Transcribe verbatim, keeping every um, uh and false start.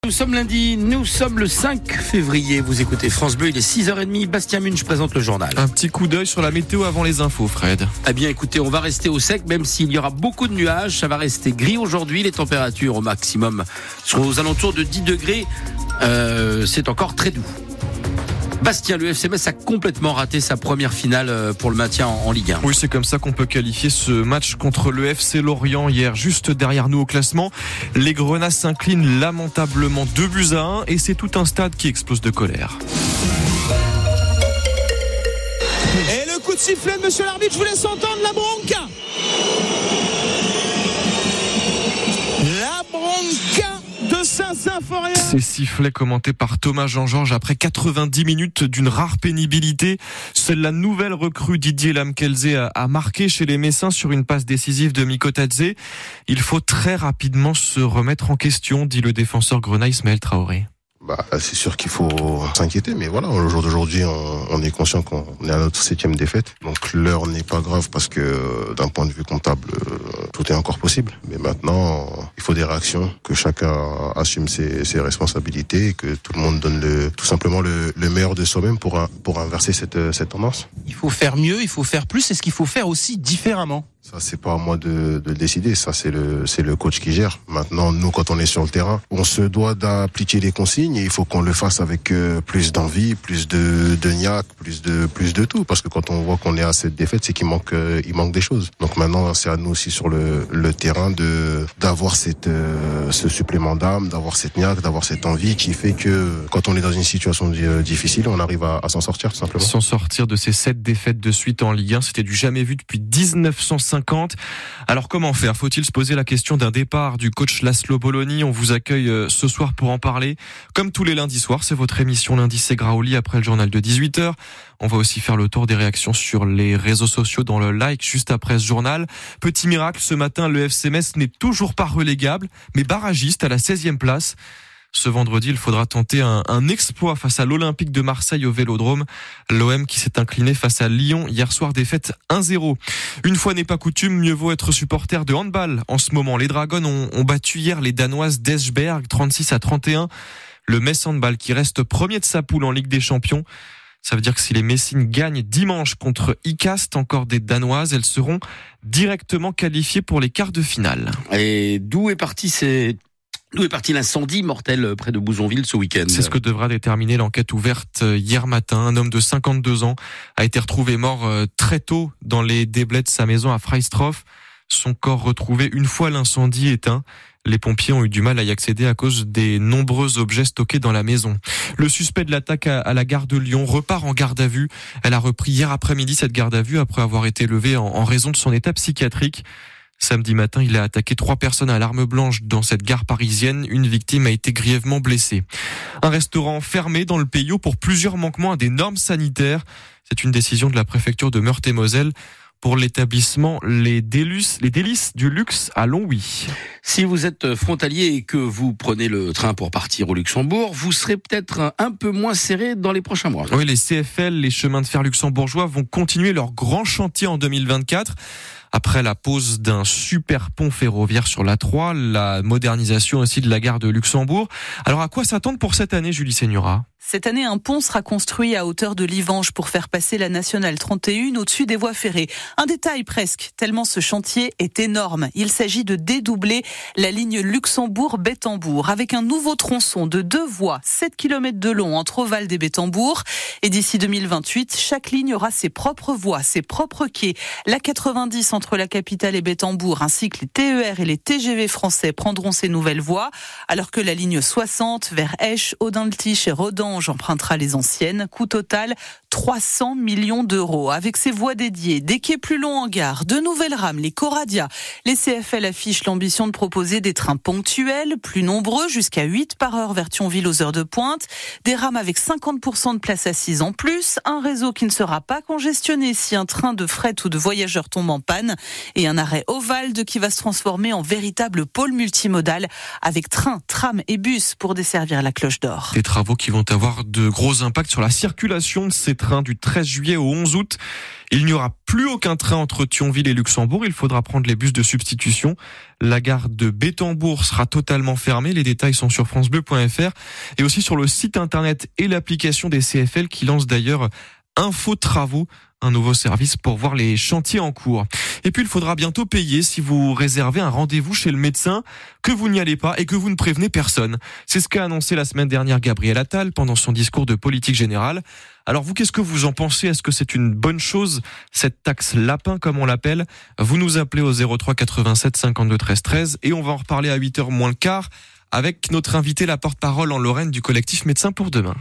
Nous sommes lundi, nous sommes le cinq février. Vous écoutez France Bleu, il est six heures trente. Bastien Munch présente le journal. Un petit coup d'œil sur la météo avant les infos, Fred. Eh bien, écoutez, on va rester au sec, même s'il y aura beaucoup de nuages. Ça va rester gris aujourd'hui. Les températures au maximum seront aux alentours de dix degrés. Euh, c'est encore très doux. Bastien, le F C Metz a complètement raté sa première finale pour le maintien en Ligue un. Oui, c'est comme ça qu'on peut qualifier ce match contre le F C Lorient hier, juste derrière nous au classement. Les Grenats s'inclinent lamentablement deux buts à un et c'est tout un stade qui explose de colère. Et le coup de sifflet de monsieur l'arbitre, je vous laisse entendre la bronca. La bronca de Saint-Symphorien. Ces sifflets commentés par Thomas Jean-Georges après quatre-vingt-dix minutes d'une rare pénibilité. Seule la nouvelle recrue Didier Lamkelze a, a marqué chez les Messins sur une passe décisive de Mikotadze. Il faut très rapidement se remettre en question, dit le défenseur grenat Ismaël Traoré. Bah, c'est sûr qu'il faut s'inquiéter, mais voilà, au jour d'aujourd'hui, on, on est conscient qu'on est à notre septième défaite. Donc l'heure n'est pas grave parce que d'un point de vue comptable, tout est encore possible. Mais maintenant, il faut des réactions, que chacun assume ses, ses responsabilités et que tout le monde donne le, tout simplement le, le meilleur de soi-même pour, pour inverser cette, cette tendance. Il faut faire mieux, il faut faire plus, et ce qu'il faut faire aussi différemment. Ça, c'est pas à moi de, de le décider. Ça, c'est le, c'est le coach qui gère. Maintenant, nous, quand on est sur le terrain, on se doit d'appliquer les consignes et il faut qu'on le fasse avec euh, plus d'envie, plus de, de niaque, plus de, plus de tout. Parce que quand on voit qu'on est à cette défaite, c'est qu'il manque, euh, il manque des choses. Donc maintenant, c'est à nous aussi sur le, le terrain de, d'avoir cette, euh, ce supplément d'âme, d'avoir cette niaque, d'avoir cette envie qui fait que quand on est dans une situation euh, difficile, on arrive à, à s'en sortir, tout simplement. S'en sortir de ces sept défaites de suite en Ligue un, c'était du jamais vu depuis dix-neuf cent cinquante. Alors comment faire ? Faut-il se poser la question d'un départ du coach Laszlo Bologna ? On vous accueille ce soir pour en parler. Comme tous les lundis soirs, c'est votre émission Lundi c'est Graouli après le journal de dix-huit heures. On va aussi faire le tour des réactions sur les réseaux sociaux dans le like juste après ce journal. Petit miracle, ce matin, le F C Metz n'est toujours pas relégable, mais barragiste à la seizième place. Ce vendredi, il faudra tenter un, un exploit face à l'Olympique de Marseille au Vélodrome. L'O M qui s'est incliné face à Lyon hier soir, défaite un zéro. Une fois n'est pas coutume, mieux vaut être supporter de handball. En ce moment, les Dragons ont, ont battu hier les Danoises d'Esbjerg trente-six à trente et un. Le Metz Handball qui reste premier de sa poule en Ligue des Champions. Ça veut dire que si les Messines gagnent dimanche contre Icast, encore des Danoises, elles seront directement qualifiées pour les quarts de finale. Et d'où est parti ces... D'où est parti l'incendie mortel près de Bouzonville ce week-end ? C'est ce que devra déterminer l'enquête ouverte hier matin. Un homme de cinquante-deux ans a été retrouvé mort très tôt dans les déblais de sa maison à Freistroff. Son corps retrouvé une fois l'incendie éteint. Les pompiers ont eu du mal à y accéder à cause des nombreux objets stockés dans la maison. Le suspect de l'attaque à la gare de Lyon repart en garde à vue. Elle a repris hier après-midi cette garde à vue après avoir été levée en raison de son état psychiatrique. Samedi matin, il a attaqué trois personnes à l'arme blanche dans cette gare parisienne. Une victime a été grièvement blessée. Un restaurant fermé dans le Peyo pour plusieurs manquements à des normes sanitaires. C'est une décision de la préfecture de Meurthe-et-Moselle pour l'établissement Les Délices, les Délices du Luxe à Longwy. Si vous êtes frontalier et que vous prenez le train pour partir au Luxembourg, vous serez peut-être un peu moins serré dans les prochains mois. Oui, les C F L, les chemins de fer luxembourgeois, vont continuer leur grand chantier en deux mille vingt-quatre. Après la pose d'un super pont ferroviaire sur l'A trois, la modernisation aussi de la gare de Luxembourg. Alors à quoi s'attendre pour cette année, Julie Seigneura ? Cette année, un pont sera construit à hauteur de Livange pour faire passer la nationale trente et un au-dessus des voies ferrées. Un détail presque, tellement ce chantier est énorme. Il s'agit de dédoubler la ligne Luxembourg-Bettembourg avec un nouveau tronçon de deux voies, sept kilomètres de long entre Ovalde et Bettembourg. Et d'ici deux mille vingt-huit, chaque ligne aura ses propres voies, ses propres quais. La quatre-vingt-dix entre la capitale et Bettembourg, ainsi que les T E R et les T G V français prendront ces nouvelles voies, alors que la ligne soixante vers Esch, Audintilly et Rodange empruntera les anciennes. Coût total trois cents millions d'euros. Avec ses voies dédiées, des quais plus longs en gare, de nouvelles rames, les Coradia. Les C F L affichent l'ambition de proposer des trains ponctuels, plus nombreux, jusqu'à huit par heure vers Thionville aux heures de pointe. Des rames avec cinquante pour cent de places assises en plus. Un réseau qui ne sera pas congestionné si un train de fret ou de voyageurs tombe en panne. Lorraine. Et un arrêt au Valde qui va se transformer en véritable pôle multimodal avec train, tram et bus pour desservir la Cloche d'Or. Des travaux qui vont avoir de gros impacts sur la circulation de ces trains du treize juillet au onze août. Il n'y aura plus aucun train entre Thionville et Luxembourg. Il faudra prendre les bus de substitution. La gare de Bétambourg sera totalement fermée. Les détails sont sur francebleu point f r et aussi sur le site internet et l'application des C F L qui lance d'ailleurs Info Travaux, un nouveau service pour voir les chantiers en cours. Et puis il faudra bientôt payer si vous réservez un rendez-vous chez le médecin, que vous n'y allez pas et que vous ne prévenez personne. C'est ce qu'a annoncé la semaine dernière Gabriel Attal pendant son discours de politique générale. Alors vous, qu'est-ce que vous en pensez ? Est-ce que c'est une bonne chose, cette taxe lapin comme on l'appelle ? Vous nous appelez au zéro trois quatre-vingt-sept cinquante-deux treize treize et on va en reparler à huit heures moins le quart avec notre invité, la porte-parole en Lorraine du collectif Médecins pour demain.